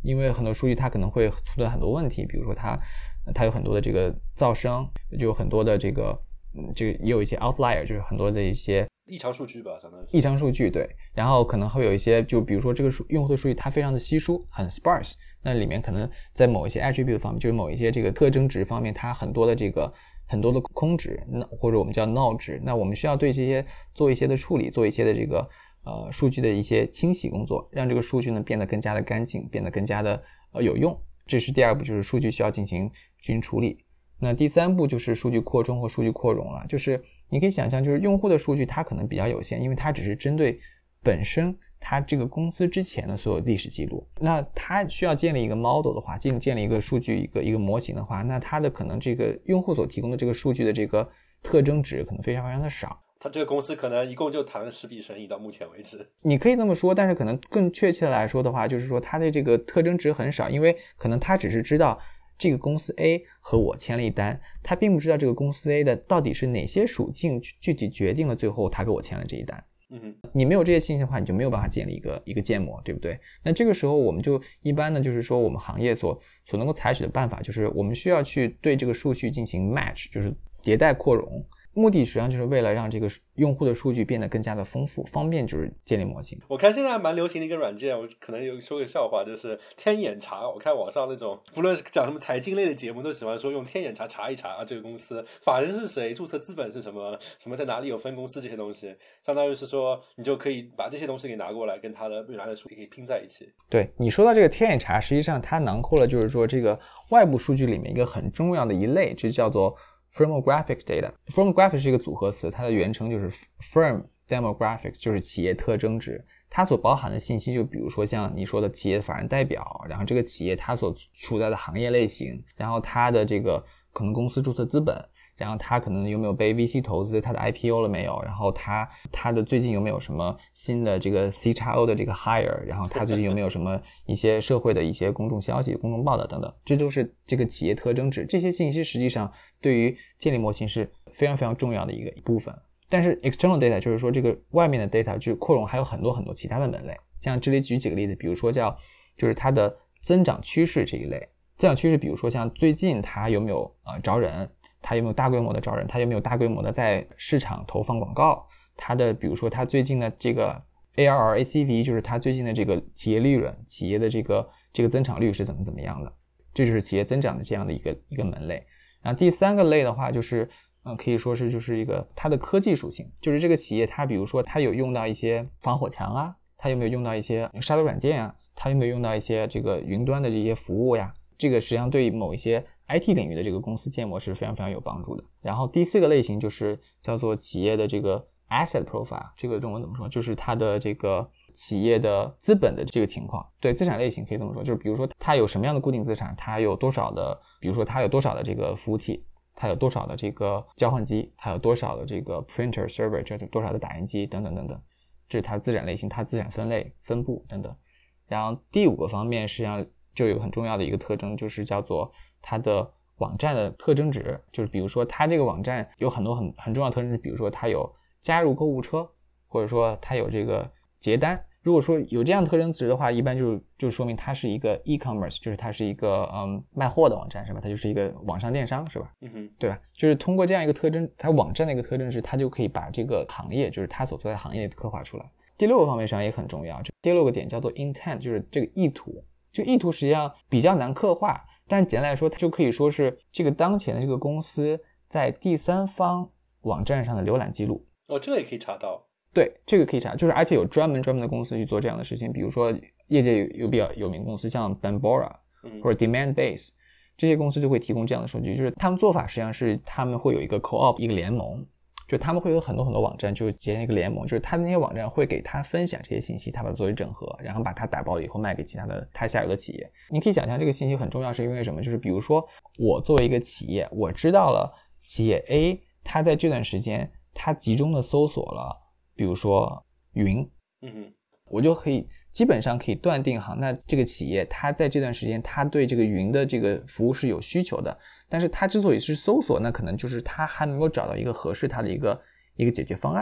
因为很多数据它可能会出现很多问题，比如说它它有很多的这个噪声，就有很多的这个嗯，这个也有一些 outlier， 就是很多的一些异常数据吧，相当于异常数据，对。然后可能会有一些，就比如说这个数用户的数据它非常的稀疏，很 sparse， 那里面可能在某一些 attribute 方面，就是某一些这个特征值方面，它很多的这个很多的空值，那或者我们叫 null 值，那我们需要对这些做一些的处理，做一些的这个呃数据的一些清洗工作，让这个数据呢变得更加的干净，变得更加的呃有用。这是第二步，就是数据需要进行进行处理。那第三步就是数据扩充或数据扩容了，就是你可以想象，就是用户的数据它可能比较有限，因为它只是针对本身它这个公司之前的所有历史记录。那它需要建立一个 model 的话，建建立一个数据一个一个模型的话，那它的可能这个用户所提供的这个数据的这个特征值可能非常非常的少。 他这个公司可能一共就谈了十笔生意到目前为止， 你可以这么说，但是可能更确切的来说的话，就是说它的这个特征值很少，因为可能它只是知道这个公司 A 和我签了一单，他并不知道这个公司 A 的到底是哪些属性具体决定了最后他给我签了这一单。 嗯哼， 你没有这些信息的话，你就没有办法建立一个一个建模，对不对？那这个时候我们就一般呢，就是说我们行业所所能够采取的办法，就是我们需要去对这个数据进行 match， 就是迭代扩容。目的实际上就是为了让这个用户的数据变得更加的丰富，方便就是建立模型。 我看现在还蛮流行的一个软件，我可能有说个笑话，就是天眼查。我看网上那种不论是讲什么财经类的节目，都喜欢说用天眼查查一查啊，这个公司法人是谁，注册资本是什么，什么在哪里有分公司，这些东西，相当于是说你就可以把这些东西给拿过来，跟它的原来的数据可以拼在一起。 对，你说到这个天眼查，实际上它囊括了就是说这个外部数据里面一个很重要的一类，就叫做Firmographics data。Firmographics 是一个组合词，它的原称就是 Firm Demographics， 就是企业特征值。它所包含的信息就比如说像你说的企业法人代表，然后这个企业它所处在的行业类型，然后它的这个可能公司注册资本，然后它可能有没有被 V C 投资，它的 I P O 了没有，然后它它的最近有没有什么新的这个 C X O 的这个 hire， 然后它最近有没有什么一些社会的一些公众消息、公众报道等等，这都是这个企业特征值。这些信息实际上对于建立模型是非常非常重要的一个部分。但是 external data 就是说这个外面的 data 就是扩容还有很多很多其他的门类，像这里举几个例子，比如说叫就是它的增长趋势这一类。增长趋势比如说像最近它有没有呃招人，它有没有大规模的招人，它有没有大规模的在市场投放广告，它的比如说它最近的这个 A R R A C V 就是它最近的这个企业利润，企业的这个这个增长率是怎么怎么样的，这就是企业增长的这样的一个一个门类。然后第三个类的话就是嗯，可以说是就是一个它的科技属性，就是这个企业它比如说它有用到一些防火墙啊，它有没有用到一些杀毒软件啊，它有没有用到一些这个云端的这些服务呀，这个实际上对某一些 I T 领域的这个公司建模是非常非常有帮助的。然后第四个类型就是叫做企业的这个 asset profile， 这个中文怎么说，就是它的这个企业的资本的这个情况。对，资产类型可以这么说，就是比如说它有什么样的固定资产，它有多少的，比如说它有多少的这个服务器，它有多少的这个交换机，它有多少的这个 printer server， 这多少的打印机等等等等，这是它资产类型，它资产分类分布等等。然后第五个方面实际上就有很重要的一个特征，就是叫做它的网站的特征值，就是比如说它这个网站有很多很很重要的特征值，比如说它有加入购物车，或者说它有这个结单。如果说有这样的特征值的话，一般就就说明它是一个 e-commerce， 就是它是一个嗯卖货的网站，是吧？它就是一个网上电商，是吧？ 嗯哼， 对吧？就是通过这样一个特征，它网站的一个特征值，它就可以把这个行业，就是它所在的行业刻画出来。第六个方面上也很重要，第六个点叫做 intent， 就是这个意图。这个意图实际上比较难刻画，但简单来说，它就可以说是这个当前的这个公司在第三方网站上的浏览记录。 哦，这个也可以查到。 对，这个可以查，就是而且有专门专门的公司去做这样的事情，比如说业界有有比较有名的公司，像 Bambora 或者 Demandbase， 这些公司就会提供这样的数据，就是他们做法实际上是他们会有一个 co-op 一个联盟，就他们会有很多很多网站就是结成一个联盟，就是他的那些网站会给他分享这些信息，他把它作为整合，然后把它打包了以后卖给其他的他下游的企业。你可以想象这个信息很重要是因为什么，就是比如说我作为一个企业，我知道了企业 A 它在这段时间它集中的搜索了比如说云， 嗯哼， 我就可以基本上可以断定哈，那这个企业它在这段时间它对这个云的这个服务是有需求的，但是它之所以是搜索，那可能就是它还没有找到一个合适它的一个一个解决方案。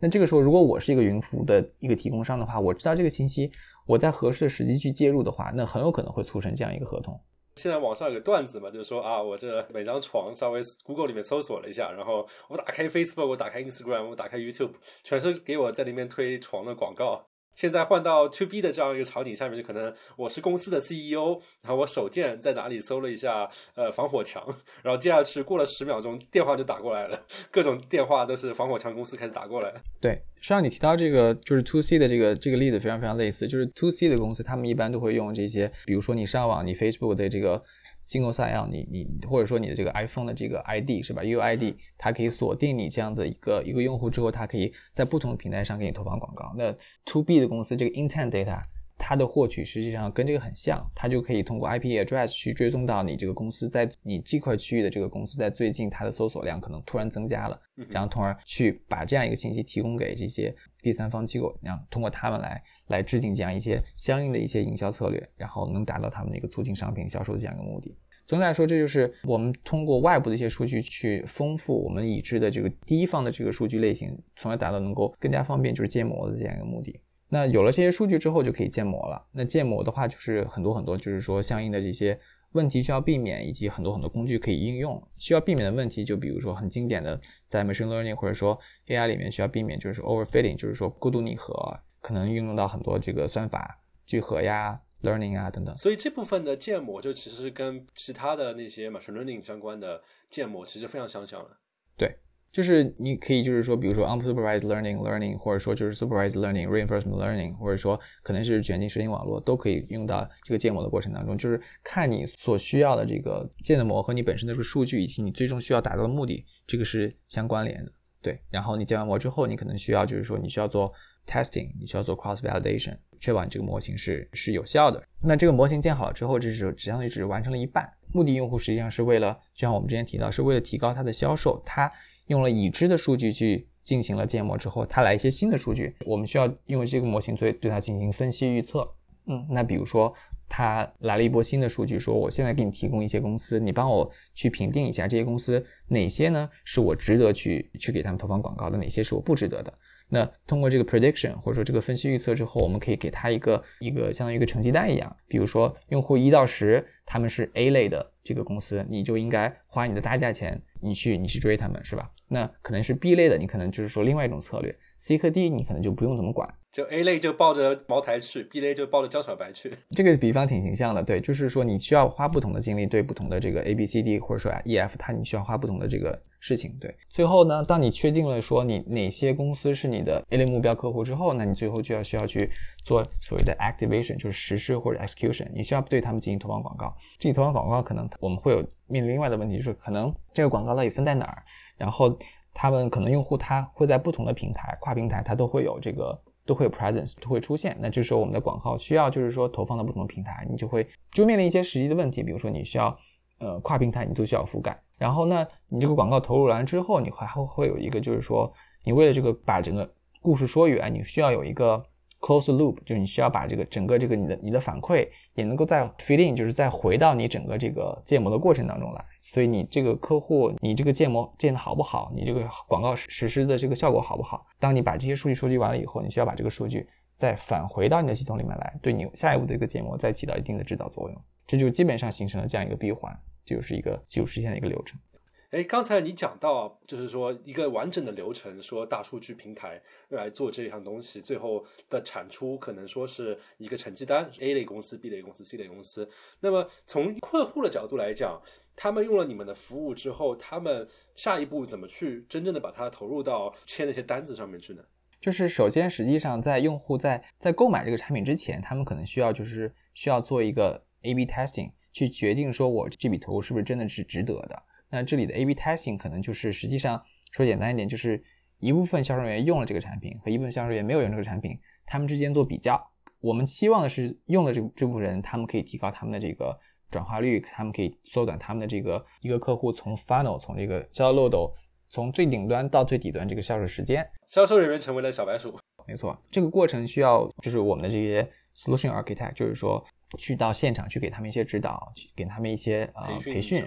那这个时候如果我是一个云服务的一个提供商的话，我知道这个信息，我在合适的时机去介入的话，那很有可能会促成这样一个合同。 现在网上有个段子嘛，就是说啊，我这每张床稍微 Google 里面搜索了一下，然后我打开 Facebook， 我打开 Instagram， 我打开 YouTube， 全是给我在里面推床的广告。现在换到 to B 的这样一个场景下面，就可能我是公司的 C E O， 然后我手贱在哪里搜了一下呃防火墙，然后接下去过了十秒钟电话就打过来了，各种电话都是防火墙公司开始打过来。 对，实际上你提到这个就是 to C 的这个这个例子非常非常类似，就是 to C 的公司他们一般都会用这些，比如说你上网你 Facebook 的这个Single sign-on， 你你或者说你的这个 iPhone 的这个 I D 是吧 U I D， 它可以锁定你这样的一个一个用户之后，它可以在不同的平台上给你投放广告。那 to B 的公司这个 intent data 它的获取实际上跟这个很像，它就可以通过 I P address 去追踪到你这个公司在你这块区域的这个公司在最近它的搜索量可能突然增加了，然后从而去把这样一个信息提供给这些第三方机构，然后通过他们来来制定这样一些相应的一些营销策略，然后能达到他们的一个促进商品销售的这样一个目的。总的来说，这就是我们通过外部的一些数据去丰富我们已知的这个第一方的这个数据类型，从而达到能够更加方便就是建模的这样一个目的。那有了这些数据之后就可以建模了。那建模的话就是很多很多就是说相应的这些问题需要避免，以及很多很多工具可以应用。需要避免的问题就比如说很经典的在 machine learning 或者说 A I 里面需要避免就是 overfitting， 就是说过度拟合，可能运用到很多这个算法聚合呀learning 啊等等。 所以这部分的建模就其实跟其他的那些 machine learning 相关的建模其实非常相像了。 对，就是你可以就是说比如说 unsupervised learning learning 或者说就是 supervised learning reinforcement learning， 或者说可能是卷积实境网络都可以用到这个建模的过程当中，就是看你所需要的这个建的模和你本身的这个数据以及你最终需要达到的目的，这个是相关联的。对，然后你建完模之后你可能需要就是说你需要做 testing， 你需要做 cross validation， 确保你这个模型是是有效的。那这个模型建好了之后，这是只相当于只完成了一半。目的用户实际上是为了，就像我们之前提到，是为了提高它的销售，它用了已知的数据去进行了建模之后，它来一些新的数据，我们需要用这个模型对对它进行分析预测。嗯，那比如说他来了一波新的数据，说我现在给你提供一些公司，你帮我去评定一下这些公司哪些呢是我值得去去给他们投放广告的，哪些是我不值得的。那通过这个 prediction 或者说这个分析预测之后，我们可以给他一个一个相当于一个成绩单一样，比如说用户一到十他们是 A 类的这个公司，你就应该花你的大价钱你去你去追他们，是吧？那可能是 B 类的，你可能就是说另外一种策略， C 和 D 你可能就不用怎么管， 就 A 类就抱着茅台去， B 类就抱着江小白去。 这个比方挺形象的，对，就是说你需要花不同的精力对不同的这个 A B C D 或者说 E F， 它你需要花不同的这个事情。对，最后呢，当你确定了说你哪些公司是你的 A 类目标客户之后，那你最后就要需要去做所谓的 activation， 就是实施或者 execution， 你需要对他们进行投放广告。这里投放广告可能我们会有面临另外的问题，就是可能这个广告到底分在哪儿，然后他们可能用户他会在不同的平台跨平台他都会有这个都会有 presence 都会出现，那这时候我们的广告需要就是说投放到不同的平台，你就会就面临一些实际的问题，比如说你需要呃跨平台你都需要覆盖，然后呢你这个广告投入完之后，你还会有一个就是说你为了这个把整个故事说远，你需要有一个 close loop， 就是你需要把这个整个这个你的你的反馈也能够再 feed in， 就是再回到你整个这个建模的过程当中来，所以你这个客户你这个建模建的好不好，你这个广告实施的这个效果好不好，当你把这些数据收集完了以后，你需要把这个数据再返回到你的系统里面来，对你下一步的一个建模再起到一定的指导作用，这就基本上形成了这样一个闭环，这就是一个基础实现的一个流程。 哎，刚才你讲到就是说一个完整的流程，说大数据平台来做这项东西，最后的产出可能说是一个成绩单 A 类公司 B 类公司 C 类公司。那么从客户的角度来讲，他们用了你们的服务之后，他们下一步怎么去真正的把它投入到签那些单子上面去呢？ 就是首先实际上在用户在在购买这个产品之前，他们可能需要就是需要做一个 A B testing 去决定说我这笔投入是不是真的是值得的。那这里的 A B testing 可能就是实际上说简单一点，就是一部分销售人员用了这个产品和一部分销售人员没有用这个产品，他们之间做比较。我们期望的是用了这这部分人，他们可以提高他们的这个转化率，他们可以缩短他们的这个一个客户从 funnel 从这个销售漏斗从最顶端到最底端这个销售时间， 销售人员成为了小白鼠。 没错，这个过程需要就是我们的这些 solution architect， 就是说去到现场去给他们一些指导，去给他们一些呃培训。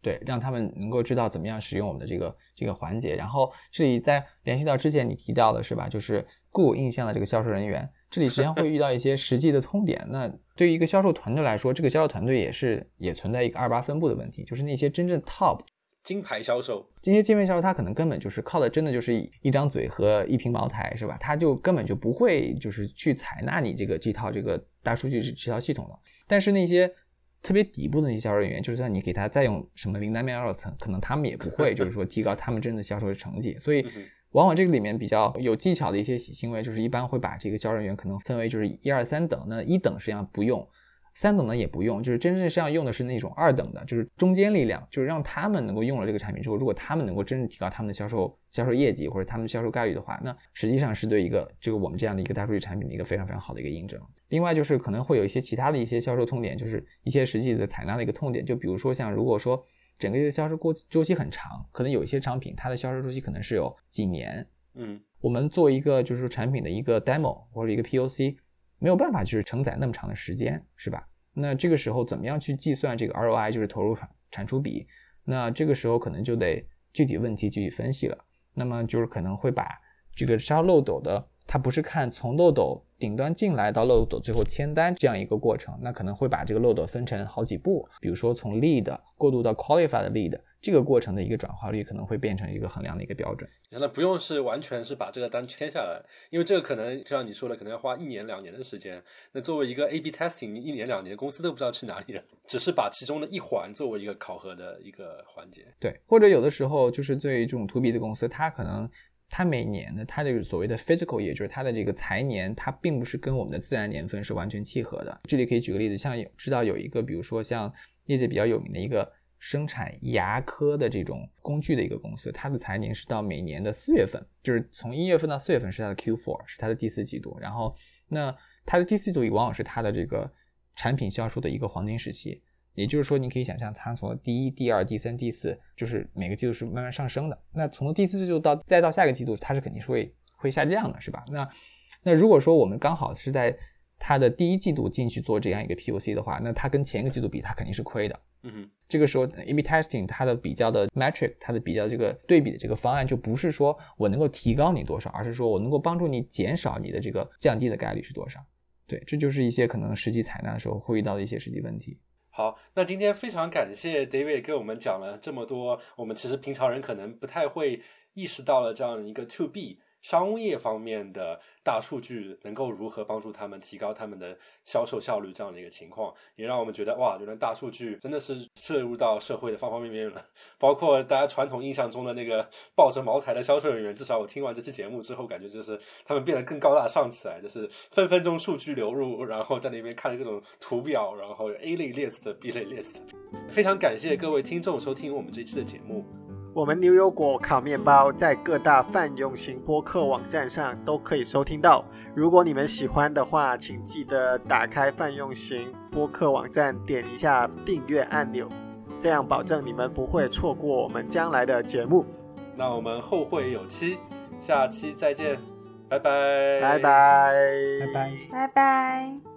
对，让他们能够知道怎么样使用我们的这个这个环节。然后这里再联系到之前你提到的是吧，就是固有印象的这个销售人员，这里实际上会遇到一些实际的痛点。那对于一个销售团队来说，这个销售团队也是也存在一个二八分布的问题，就是那些真正 top 金牌销售， 这些金牌销售他可能根本就是靠的真的就是一一张嘴和一瓶茅台是吧，他就根本就不会就是去采纳你这个这套这个大数据这套系统的。但是那些特别底部的那些销售人员，就算你给他再用什么灵丹妙药，可能他们也不会就是说提高他们真的销售的成绩。所以往往这个里面比较有技巧的一些行为，就是一般会把这个销售人员可能分为就是一二三等，那一等实际上不用，三等呢也不用，就是真正实际上用的是那种二等的，就是中间力量，就是让他们能够用了这个产品之后，如果他们能够真正提高他们的销售销售业绩或者他们的销售概率的话，那实际上是对一个这个我们这样的一个大数据产品的一个非常非常好的一个印证。另外就是可能会有一些其他的一些销售痛点，就是一些实际的采纳的一个痛点，就比如说像如果说整个这个销售周期很长，可能有一些商品它的销售周期可能是有几年， 嗯， 我们做一个就是说产品的一个 demo 或者一个 P O C 没有办法就是承载那么长的时间是吧，那这个时候怎么样去计算这个 R O I 就是投入产出比，那这个时候可能就得具体问题具体分析了。那么就是可能会把这个销漏斗的，它不是看从漏斗顶端进来到漏斗最后签单这样一个过程，那可能会把这个漏斗分成好几步，比如说从 lead 过渡到 qualified lead， 这个过程的一个转化率可能会变成一个衡量的一个标准。 那不用是完全是把这个单签下来，因为这个可能就像你说的可能要花一年两年的时间，那作为一个 A B testing 一年两年公司都不知道去哪里了，只是把其中的一环作为一个考核的一个环节。 对，或者有的时候就是对于这种 to B 的公司，它可能它每年的它这个所谓的 physical 也就是它的这个财年，它并不是跟我们的自然年份是完全契合的。这里可以举个例子，像有知道有一个比如说像业界比较有名的一个生产牙科的这种工具的一个公司，它的财年是到每年的四月份，就是从一月份到四月份是它的 Q 四， 是它的第四季度，然后那它的第四季度往往是它的这个产品销售的一个黄金时期，也就是说你可以想象它从第一、第二、第三、第四，就是每个季度是慢慢上升的，那从第四季度到再到下个季度它是肯定是会会下降的是吧。那那如果说我们刚好是在它的第一季度进去做这样一个 P O C 的话，那它跟前一个季度比它肯定是亏的。 嗯哼， 这个时候 A B testing 它的比较的 metric， 它的比较这个对比的这个方案就不是说我能够提高你多少，而是说我能够帮助你减少你的这个降低的概率是多少。对，这就是一些可能实际采纳的时候会遇到的一些实际问题。 好，那今天非常感谢 David 跟我们讲了这么多我们其实平常人可能不太会意识到了这样的一个 to B 商业方面的大数据能够如何帮助他们提高他们的销售效率这样的一个情况，也让我们觉得哇，原来大数据真的是摄入到社会的方方面面了，包括大家传统印象中的那个抱着茅台的销售人员，至少我听完这期节目之后感觉就是他们变得更高大上起来，就是分分钟数据流入，然后在那边看各种图表，然后 A 类 list B 类 list。 非常感谢各位听众收听我们这期的节目。 我们牛油果烤面包在各大泛用型播客网站上都可以收听到，如果你们喜欢的话，请记得打开泛用型播客网站，点一下订阅按钮，这样保证你们不会错过我们将来的节目。 那我们后会有期，下期再见，拜拜， 拜拜， 拜拜， 拜拜。